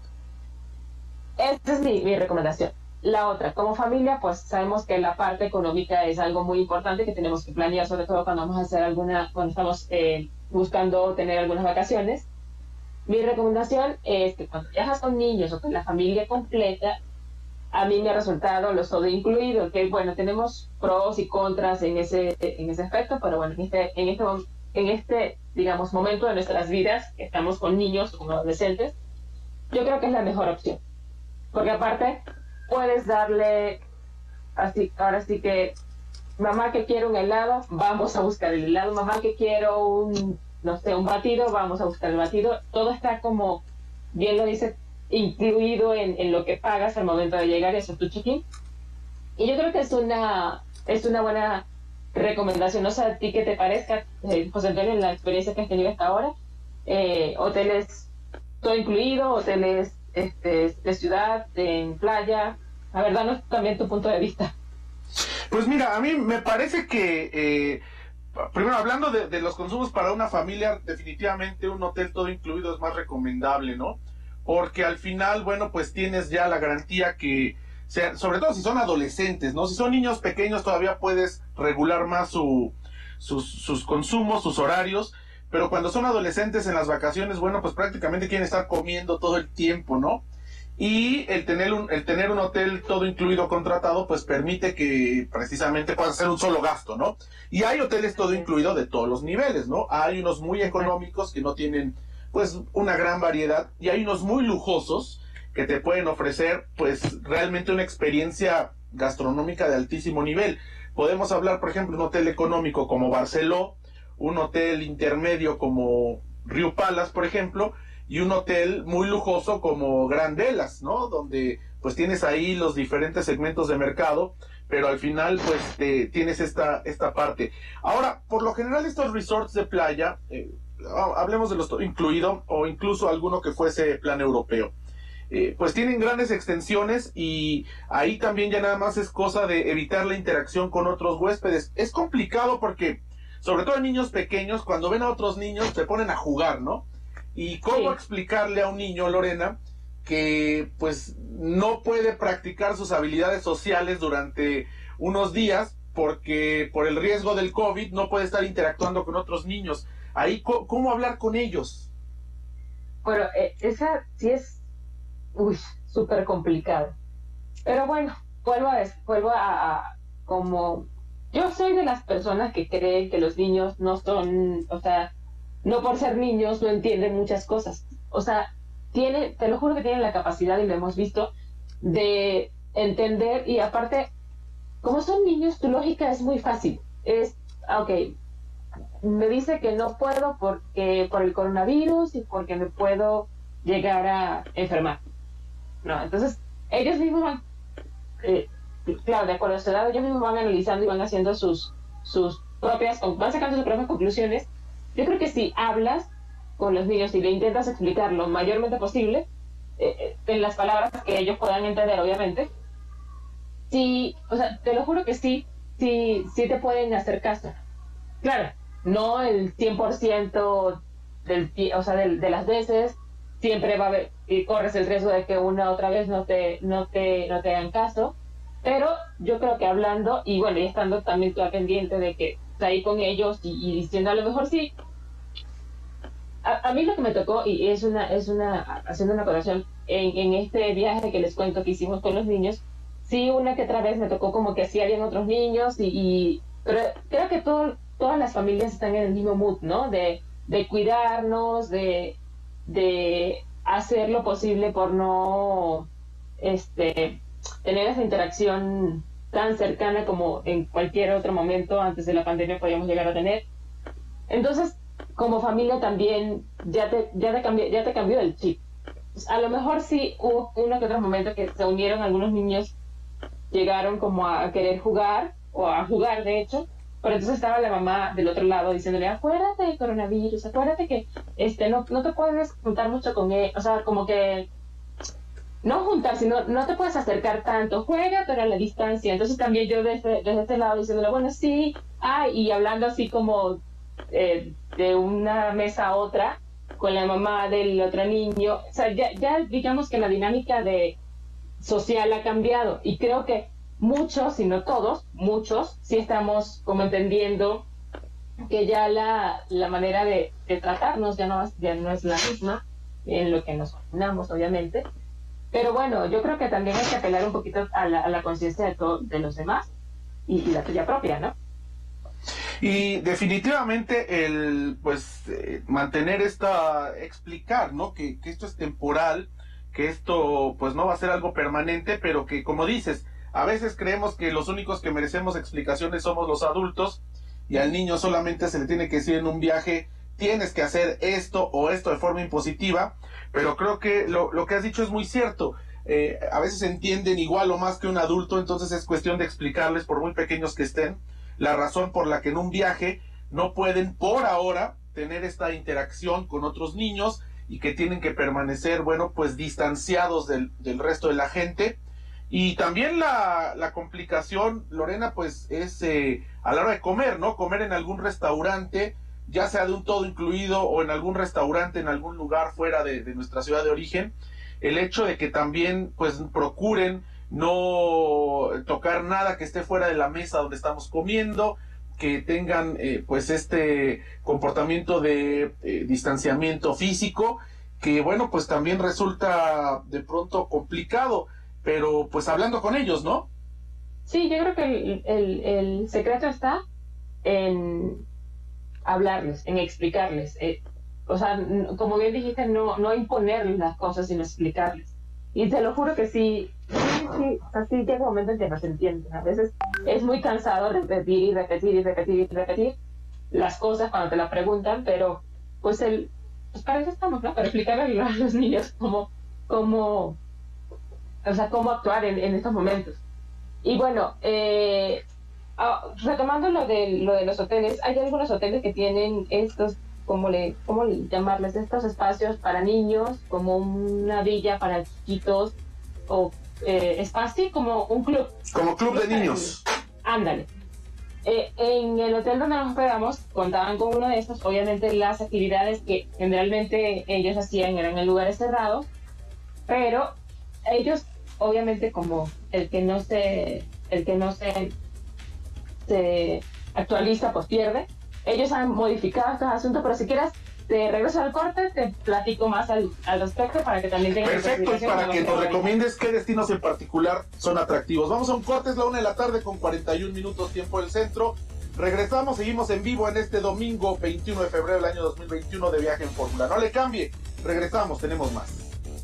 S4: Esta es mi, mi recomendación. La otra, como familia, pues sabemos que la parte económica es algo muy importante que tenemos que planear, sobre todo cuando vamos a hacer alguna, cuando estamos eh, buscando tener algunas vacaciones. Mi recomendación es que cuando viajas con niños o con la familia completa, a mí me ha resultado los todo incluido, que bueno, tenemos pros y contras en ese en ese aspecto, pero bueno, en este, en este, en este digamos, momento de nuestras vidas, que estamos con niños o con adolescentes, yo creo que es la mejor opción. Porque aparte, puedes darle, así, ahora sí que, mamá que quiero un helado, vamos a buscar el helado, mamá que quiero un, no sé, un batido, vamos a buscar el batido. Todo está como, bien lo dice, incluido en, en lo que pagas al momento de llegar y hacer tu check-in. Y yo creo que es una, es una buena recomendación. No sé a ti qué te parezca, eh, José Antonio, en la experiencia que has tenido hasta ahora. Eh, hoteles todo incluido, hoteles este, de ciudad, de, en playa. A ver, danos también tu punto de vista.
S3: Pues mira, a mí me parece que, eh, primero hablando de, de los consumos para una familia, definitivamente un hotel todo incluido es más recomendable, ¿no? Porque al final, bueno, pues tienes ya la garantía que, sea, sobre todo si son adolescentes, ¿no? Si son niños pequeños todavía puedes regular más su, sus, sus consumos, sus horarios, pero cuando son adolescentes en las vacaciones, bueno, pues prácticamente quieren estar comiendo todo el tiempo, ¿no? Y el tener un, el tener un hotel todo incluido contratado, pues permite que precisamente puedas hacer un solo gasto, ¿no? Y hay hoteles todo incluido de todos los niveles, ¿no? Hay unos muy económicos que no tienen, pues, una gran variedad, y hay unos muy lujosos que te pueden ofrecer, pues, realmente una experiencia gastronómica de altísimo nivel. Podemos hablar, por ejemplo, de un hotel económico como Barceló, un hotel intermedio como Riu Palace, por ejemplo, y un hotel muy lujoso como Gran Velas, ¿no? Donde pues tienes ahí los diferentes segmentos de mercado, pero al final pues te, tienes esta, esta parte. Ahora, por lo general estos resorts de playa, eh, hablemos de los incluido o incluso alguno que fuese plan europeo, eh, pues tienen grandes extensiones y ahí también ya nada más es cosa de evitar la interacción con otros huéspedes. Es complicado porque, sobre todo en niños pequeños, cuando ven a otros niños se ponen a jugar, ¿no? Y cómo sí. explicarle a un niño, Lorena, que pues no puede practicar sus habilidades sociales durante unos días porque por el riesgo del COVID no puede estar interactuando con otros niños. Ahí, ¿cómo hablar con ellos?
S4: Bueno, eh, esa sí es uy, súper complicado. Pero bueno, vuelvo a vuelvo a, a como yo soy de las personas que creen que los niños no son, o sea, no por ser niños no entienden muchas cosas. O sea, tiene, te lo juro que tienen la capacidad, y lo hemos visto, de entender, y aparte, como son niños, tu lógica es muy fácil. Es, ok, me dice que no puedo porque por el coronavirus y porque me puedo llegar a enfermar. No, entonces, ellos mismos van, eh, claro, de acuerdo a su edad, ellos mismos van analizando y van haciendo sus, sus propias, van sacando sus propias conclusiones. Yo creo que si hablas con los niños y le intentas explicar lo mayormente posible, eh, en las palabras que ellos puedan entender, obviamente, sí, o sea, te lo juro que sí, sí, sí te pueden hacer caso. Claro, no el cien por ciento del, o sea, de, de las veces, siempre va a haber, y corres el riesgo de que una otra vez no te, no te, no te hagan caso, pero yo creo que hablando, y bueno, y estando también tú pendiente de que ahí con ellos y, y diciendo a lo mejor sí. A, a mí lo que me tocó, y es una, es una, haciendo una corrección, en, en este viaje que les cuento que hicimos con los niños, sí, una que otra vez me tocó como que sí habían otros niños, y, y pero creo que todo, todas las familias están en el mismo mood, ¿no? De, de cuidarnos, de, de hacer lo posible por no este tener esa interacción tan cercana como en cualquier otro momento antes de la pandemia podíamos llegar a tener. Entonces, como familia también ya te ya te cambió, ya te cambió el chip. Pues a lo mejor sí hubo uno que otro momento que se unieron algunos niños, llegaron como a querer jugar, o a jugar de hecho, pero entonces estaba la mamá del otro lado diciéndole, acuérdate del coronavirus, acuérdate que este no, no te puedes juntar mucho con él, o sea, como que no juntar, sino no te puedes acercar tanto, juega pero a la distancia. Entonces también yo desde, desde este lado diciéndole, bueno, sí, ah, y hablando así como eh, de una mesa a otra con la mamá del otro niño. O sea, ya, ya digamos que la dinámica de social ha cambiado, y creo que muchos, si no todos, muchos, sí estamos como entendiendo que ya la, la manera de, de tratarnos ya no, ya no es la misma en lo que nos imaginamos, obviamente. Pero bueno, yo creo que también hay que apelar un poquito a la, a la conciencia de, to- de los demás y, y la tuya propia, ¿no?
S3: Y definitivamente el, pues, eh, mantener esta, explicar, ¿no? Que, que esto es temporal, que esto, pues, no va a ser algo permanente, pero que, como dices, a veces creemos que los únicos que merecemos explicaciones somos los adultos, y al niño solamente se le tiene que decir en un viaje, tienes que hacer esto o esto de forma impositiva, pero creo que lo, lo que has dicho es muy cierto. eh, a veces entienden igual o más que un adulto, entonces es cuestión de explicarles, por muy pequeños que estén, la razón por la que en un viaje no pueden por ahora tener esta interacción con otros niños y que tienen que permanecer, bueno, pues distanciados del, del resto de la gente. Y también la, la complicación, Lorena, pues es eh, a la hora de comer, ¿no? Comer en algún restaurante, ya sea de un todo incluido o en algún restaurante en algún lugar fuera de, de nuestra ciudad de origen. El hecho de que también pues procuren no tocar nada que esté fuera de la mesa donde estamos comiendo, que tengan eh, pues este comportamiento de eh, distanciamiento físico, que bueno, pues también resulta de pronto complicado, pero pues hablando con ellos, ¿no?
S4: Sí, yo creo que el, el, el secreto está en hablarles, en explicarles. Eh, o sea, como bien dijiste, no, no imponerles las cosas, sino explicarles. Y te lo juro que sí, sí, sí, así llega un momento en que no se entienden. A veces es muy cansado repetir y repetir y repetir y repetir las cosas cuando te las preguntan, pero pues el pues para eso estamos, ¿no? Para explicarle a los niños cómo, cómo, o sea, cómo actuar en, en estos momentos. Y bueno, eh, ah, retomando lo de, lo de los hoteles, hay algunos hoteles que tienen estos, ¿cómo, le, cómo llamarles? Estos espacios para niños, como una villa para chiquitos, o eh, espacio como un club.
S3: Como club de niños.
S4: Ándale. Eh, en el hotel donde nos hospedamos contaban con uno de estos. Obviamente las actividades que generalmente ellos hacían eran en lugares cerrados, pero ellos obviamente como el que no se el que no se, se actualiza pues pierde. Ellos han modificado estos asuntos, pero si quieres te regreso al corte, te platico más al, al respecto para que también tengas...
S3: Perfecto, y para que nos recomiendes qué destinos en particular son atractivos. Vamos a un corte, es la una de la tarde con cuarenta y un minutos tiempo del centro. Regresamos, seguimos en vivo en este domingo veintiuno de febrero del año dos mil veintiuno de Viaje en Fórmula. No le cambie, regresamos, tenemos más.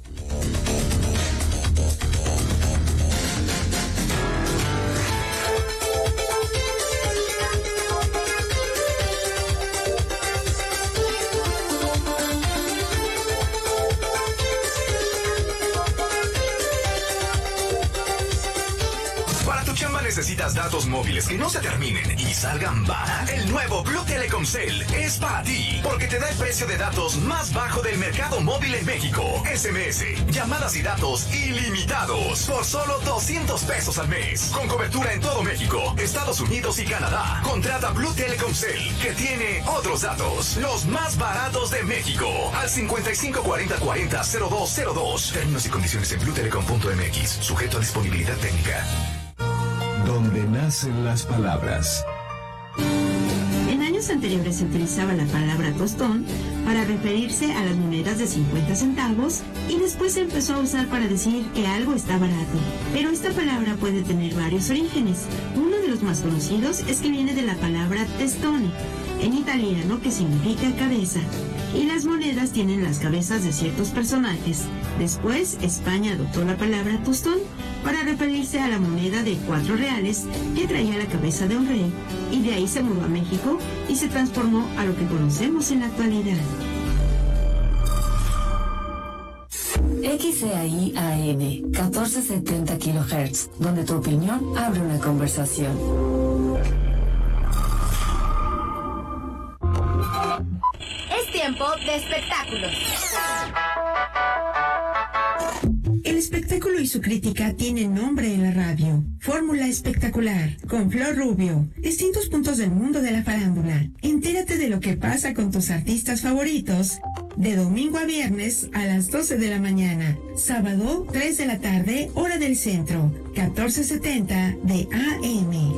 S11: ¿Necesitas datos móviles que no se terminen y salgan baratos? El nuevo Blue Telecomcel es para ti, porque te da el precio de datos más bajo del mercado móvil en México. S M S, llamadas y datos ilimitados por solo doscientos pesos al mes. Con cobertura en todo México, Estados Unidos y Canadá. Contrata Blue Telecomcel, que tiene otros datos, los más baratos de México. Al cincuenta y cinco cuarenta cuarenta cero dos cero dos. Términos y condiciones en blue telecom punto m x. Sujeto a disponibilidad técnica.
S1: Donde nacen las palabras.
S7: En años anteriores se utilizaba la palabra tostón para referirse a las monedas de cincuenta centavos y después se empezó a usar para decir que algo está barato. Pero esta palabra puede tener varios orígenes. Uno de los más conocidos es que viene de la palabra testone, en italiano, que significa cabeza. Y las monedas tienen las cabezas de ciertos personajes. Después, España adoptó la palabra tostón para referirse a la moneda de cuatro reales que traía la cabeza de un rey, y de ahí se mudó a México y se transformó a lo que conocemos en la actualidad.
S2: X C I A M, catorce setenta kilohertz, donde tu opinión abre una conversación.
S12: Es tiempo de espectáculos.
S6: El espectáculo y su crítica tienen nombre en la radio. Fórmula Espectacular, con Flor Rubio. Distintos puntos del mundo de la farándula. Entérate de lo que pasa con tus artistas favoritos. De domingo a viernes a las doce de la mañana. Sábado, tres de la tarde, hora del centro. catorce setenta de A M.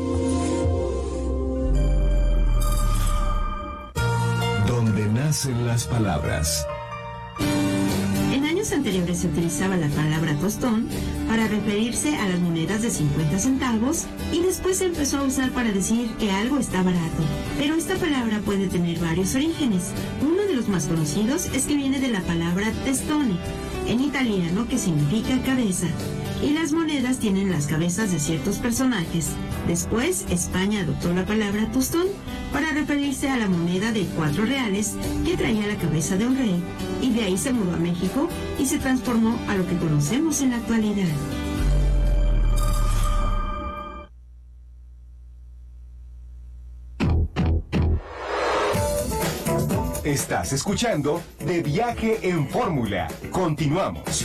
S1: Donde nacen las palabras.
S7: En años anteriores se utilizaba la palabra tostón para referirse a las monedas de cincuenta centavos y después se empezó a usar para decir que algo está barato. Pero esta palabra puede tener varios orígenes. Uno de los más conocidos es que viene de la palabra testone, en italiano, que significa cabeza. Y las monedas tienen las cabezas de ciertos personajes. Después, España adoptó la palabra tostón
S6: para referirse a la moneda de cuatro reales que traía la cabeza de un rey, y de ahí se mudó a México y se transformó a lo que conocemos en la actualidad.
S1: Estás escuchando De Viaje en Fórmula. Continuamos.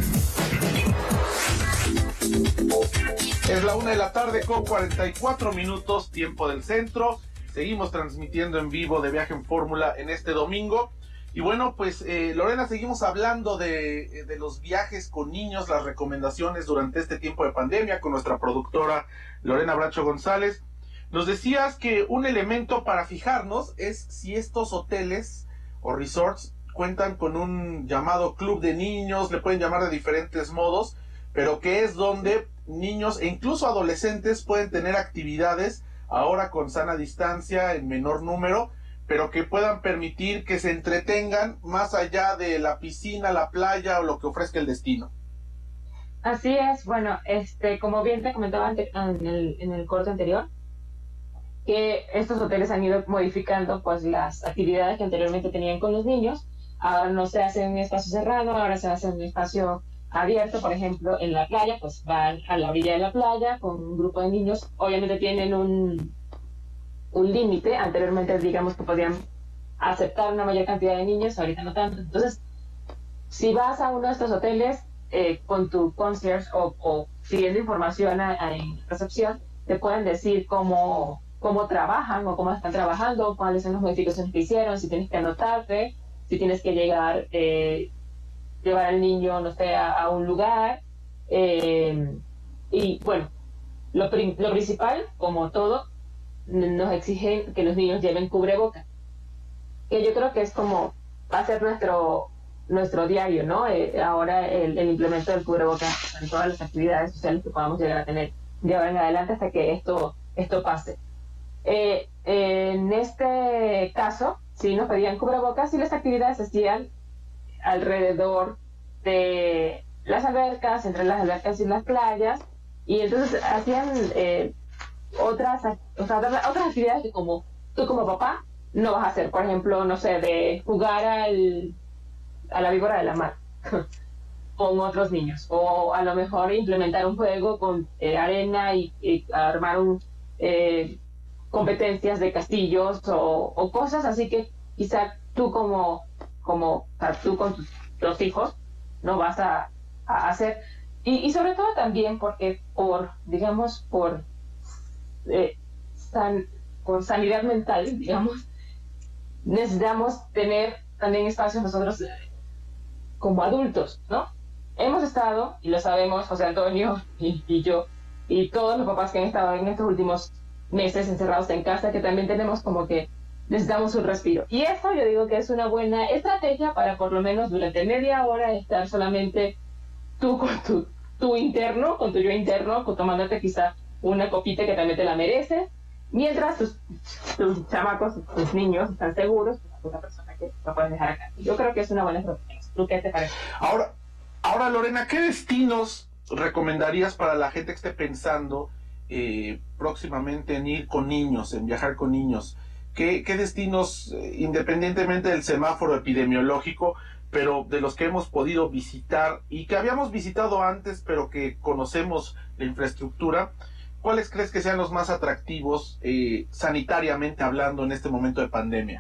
S3: Es la una de la tarde con cuarenta y cuatro minutos, tiempo del centro. Seguimos transmitiendo en vivo De Viaje en Fórmula en este domingo. Y bueno, pues eh, Lorena, seguimos hablando de, de los viajes con niños, las recomendaciones durante este tiempo de pandemia con nuestra productora Lorena Bracho González. Nos decías que un elemento para fijarnos es si estos hoteles o resorts cuentan con un llamado club de niños, le pueden llamar de diferentes modos, pero que es donde niños e incluso adolescentes pueden tener actividades ahora con sana distancia, en menor número, pero que puedan permitir que se entretengan más allá de la piscina, la playa o lo que ofrezca el destino.
S4: Así es, bueno, este, como bien te comentaba ante, en, el, en el corte anterior, que estos hoteles han ido modificando pues las actividades que anteriormente tenían con los niños. Ahora no se hace en un espacio cerrado, ahora se hace en un espacio abierto. Por ejemplo, en la playa, pues van a la orilla de la playa con un grupo de niños. Obviamente tienen un, un límite. Anteriormente, digamos que podían aceptar una mayor cantidad de niños, ahorita no tanto. Entonces, si vas a uno de estos hoteles eh, con tu concierge o, o siguiendo información a, a, en recepción, te pueden decir cómo, cómo trabajan o cómo están trabajando, cuáles son las modificaciones que hicieron, si tienes que anotarte, si tienes que llegar, eh, llevar al niño, no sé, a, a un lugar. Eh, y bueno, lo, prim- lo principal, como todo, nos exigen que los niños lleven cubrebocas, que yo creo que es como va a ser nuestro nuestro diario, ¿no? Eh, ahora el, el implemento del cubrebocas en todas las actividades sociales que podamos llegar a tener de ahora en adelante hasta que esto esto pase. Eh, eh, en este caso, sí nos pedían cubrebocas y las actividades se hacían alrededor de las albercas, entre las albercas y las playas, y entonces hacían eh, otras, o sea, otras actividades que como tú como papá no vas a hacer. Por ejemplo, no sé, de jugar al, a la víbora de la mar con otros niños, o a lo mejor implementar un juego con eh, arena y, y armar un eh, competencias de castillos o, o cosas así que quizá tú como como o sea, tú con tus dos hijos no vas a, a hacer, y, y sobre todo también porque por digamos por eh, san, con sanidad mental, digamos, necesitamos tener también espacios nosotros eh, como adultos, ¿no? Hemos estado, y lo sabemos José Antonio y, y yo, y todos los papás que han estado en estos últimos meses encerrados en casa, que también tenemos como que necesitamos un respiro. Y eso yo digo que es una buena estrategia para por lo menos durante media hora estar solamente tú con tu, tu interno, con tu yo interno, con tomándote quizá una copita que también te la mereces, mientras tus, tus chamacos, tus niños están seguros, pues una persona que lo puedes dejar acá. Yo creo que es una buena estrategia. ¿Tú qué te parece?
S3: Ahora, ahora Lorena, ¿qué destinos recomendarías para la gente que esté pensando eh, próximamente en ir con niños, en viajar con niños? ¿Qué, qué destinos, eh, independientemente del semáforo epidemiológico, pero de los que hemos podido visitar y que habíamos visitado antes, pero que conocemos la infraestructura, cuáles crees que sean los más atractivos eh, sanitariamente hablando en este momento de pandemia?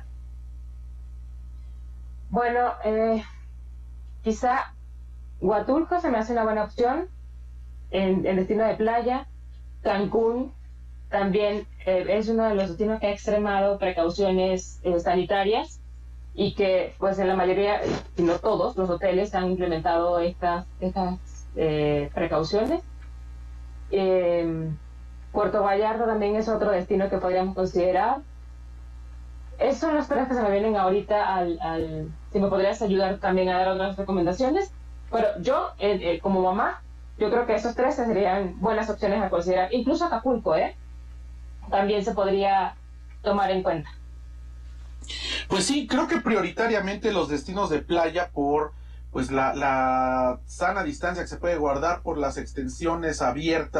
S4: Bueno, eh, quizá Huatulco se me hace una buena opción en, en destino de playa. Cancún también eh, es uno de los destinos que ha extremado precauciones eh, sanitarias y que pues en la mayoría, si no todos, los hoteles han implementado estas, estas eh, precauciones. Eh, Puerto Vallarta también es otro destino que podríamos considerar. Esos son los tres que se me vienen ahorita al, al si me podrías ayudar también a dar otras recomendaciones. Pero yo, eh, eh, como mamá, yo creo que esos tres serían buenas opciones a considerar. Incluso Acapulco, ¿eh? También se podría tomar en cuenta.
S3: Pues sí, creo que prioritariamente los destinos de playa por pues la, la sana distancia que se puede guardar, por las extensiones abiertas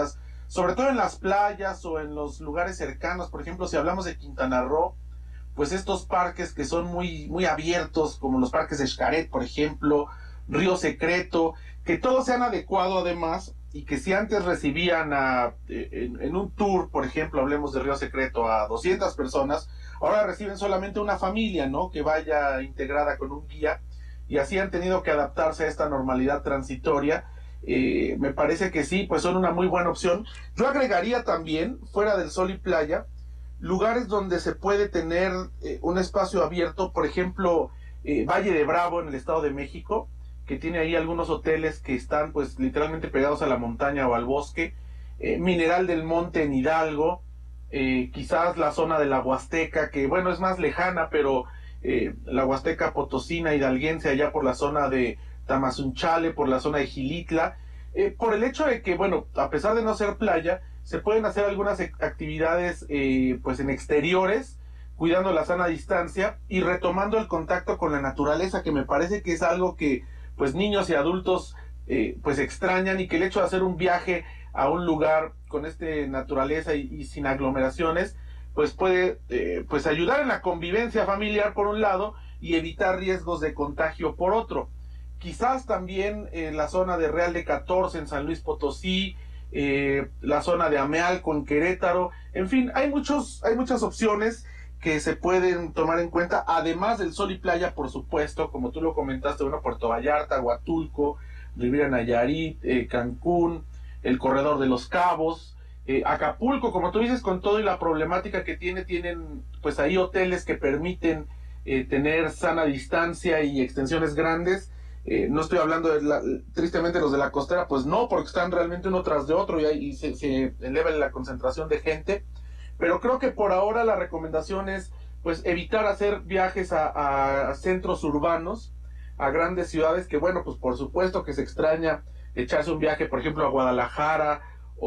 S3: sobre todo en las playas o en los lugares cercanos. Por ejemplo, si hablamos de Quintana Roo, pues estos parques que son muy, muy abiertos, como los parques de Xcaret, por ejemplo, Río Secreto, que todos se han adecuado además, y que si antes recibían a, en, en un tour, por ejemplo, hablemos de Río Secreto, a doscientas personas, ahora reciben solamente una familia, ¿no?, que vaya integrada con un guía, y así han tenido que adaptarse a esta normalidad transitoria. Eh, me parece que sí, pues son una muy buena opción. Yo agregaría también, fuera del sol y playa, lugares donde se puede tener eh, un espacio abierto, por ejemplo, eh, Valle de Bravo en el Estado de México, que tiene ahí algunos hoteles que están pues literalmente pegados a la montaña o al bosque, eh, Mineral del Monte en Hidalgo, eh, quizás la zona de la Huasteca, que bueno, es más lejana, pero eh, la Huasteca potosina, hidalguense, allá por la zona de Tamazunchale, por la zona de Gilitla, eh, por el hecho de que, bueno, a pesar de no ser playa, se pueden hacer algunas actividades eh, pues en exteriores, cuidando la sana distancia y retomando el contacto con la naturaleza, que me parece que es algo que pues niños y adultos eh, pues extrañan, y que el hecho de hacer un viaje a un lugar con este naturaleza y, y sin aglomeraciones pues puede eh, pues ayudar en la convivencia familiar por un lado y evitar riesgos de contagio por otro. Quizás también en la zona de Real de catorce en San Luis Potosí, eh, la zona de Amealco en Querétaro, en fin, hay muchos hay muchas opciones que se pueden tomar en cuenta, además del sol y playa, por supuesto, como tú lo comentaste, bueno, Puerto Vallarta, Huatulco, Riviera Nayarit, eh, Cancún, el Corredor de los Cabos, eh, Acapulco, como tú dices, con todo y la problemática que tiene, tienen pues ahí hoteles que permiten eh, tener sana distancia y extensiones grandes. Eh, no estoy hablando de la, tristemente los de la costera, pues no, porque están realmente uno tras de otro y, ahí, y se, se eleva la concentración de gente. Pero creo que por ahora la recomendación es pues evitar hacer viajes a, a centros urbanos, a grandes ciudades, que bueno, pues por supuesto que se extraña echarse un viaje, por ejemplo, a Guadalajara,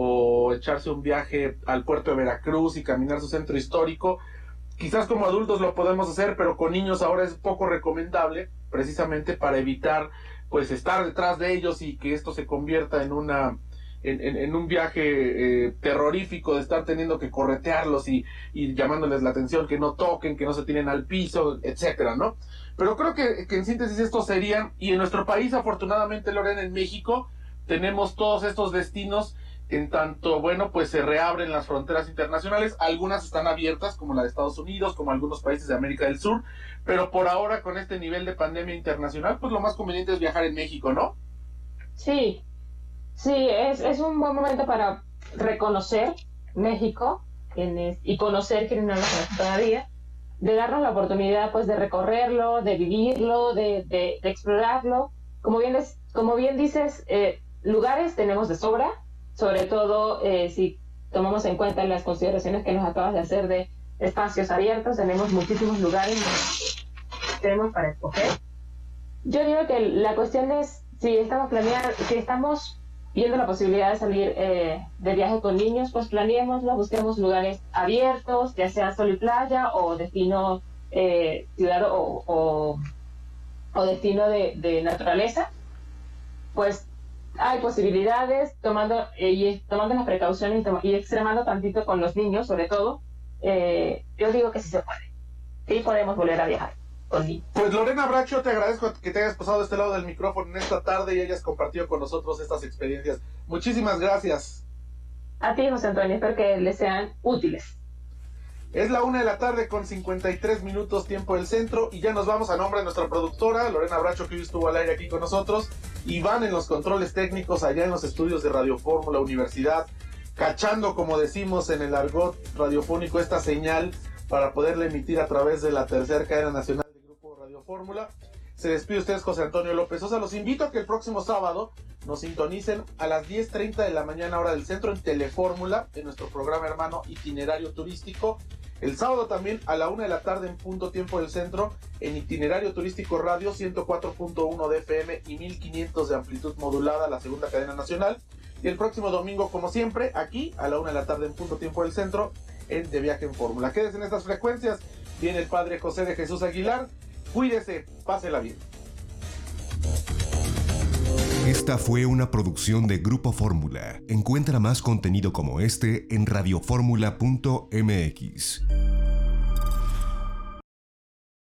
S3: o echarse un viaje al puerto de Veracruz y caminar su centro histórico. Quizás como adultos lo podemos hacer, pero con niños ahora es poco recomendable, precisamente para evitar pues estar detrás de ellos y que esto se convierta en una En, en, en un viaje eh, terrorífico de estar teniendo que corretearlos y, y llamándoles la atención, que no toquen, que no se tiren al piso, etcétera, ¿no? Pero creo que, que en síntesis estos serían, y en nuestro país, afortunadamente, Lorena, en México, tenemos todos estos destinos, en tanto, bueno, pues se reabren las fronteras internacionales, algunas están abiertas, como la de Estados Unidos, como algunos países de América del Sur, pero por ahora, con este nivel de pandemia internacional, pues lo más conveniente es viajar en México, ¿no?
S4: Sí. Sí, es, es un buen momento para reconocer México quienes, y conocer quienes no lo conocen todavía, de darnos la oportunidad pues de recorrerlo, de vivirlo, de, de, de explorarlo. Como bien, des, como bien dices, eh, lugares tenemos de sobra, sobre todo eh, si tomamos en cuenta las consideraciones que nos acabas de hacer de espacios abiertos, tenemos muchísimos lugares que tenemos para escoger. Yo digo que la cuestión es si estamos planeando, si estamos viendo la posibilidad de salir eh, de viaje con niños, pues planeémoslo, busquemos lugares abiertos, ya sea sol y playa o destino eh, ciudad o, o, o destino de, de naturaleza. Pues hay posibilidades, tomando eh, y tomando las precauciones y, tom y extremando tantito con los niños, sobre todo. Eh, yo digo que sí se puede, sí podemos volver a viajar.
S3: Pues Lorena Bracho, te agradezco que te hayas pasado de este lado del micrófono en esta tarde y hayas compartido con nosotros estas experiencias. Muchísimas gracias.
S4: A ti, José Antonio, espero que les sean útiles.
S3: Es la una de la tarde con cincuenta y tres minutos tiempo del centro y ya nos vamos a nombre de nuestra productora, Lorena Bracho, que hoy estuvo al aire aquí con nosotros, Iván en los controles técnicos allá en los estudios de Radio Fórmula Universidad, cachando, como decimos en el argot radiofónico, esta señal para poderla emitir a través de la tercera cadena nacional de Grupo Radio Fórmula. Se despide ustedes, José Antonio López Sosa. Los invito a que el próximo sábado nos sintonicen a las diez treinta de la mañana hora del centro en Telefórmula, en nuestro programa hermano Itinerario Turístico. El sábado también a la una de la tarde en punto tiempo del centro en Itinerario Turístico Radio ciento cuatro punto uno de F M y mil quinientos de amplitud modulada, la segunda cadena nacional. Y el próximo domingo, como siempre, aquí a la una de la tarde en punto tiempo del centro en De Viaje en Fórmula. Quédese en estas frecuencias. Viene el Padre José de Jesús Aguilar. Cuídese, pásela bien.
S1: Esta fue una producción de Grupo Fórmula. Encuentra más contenido como este en radioformula punto m x.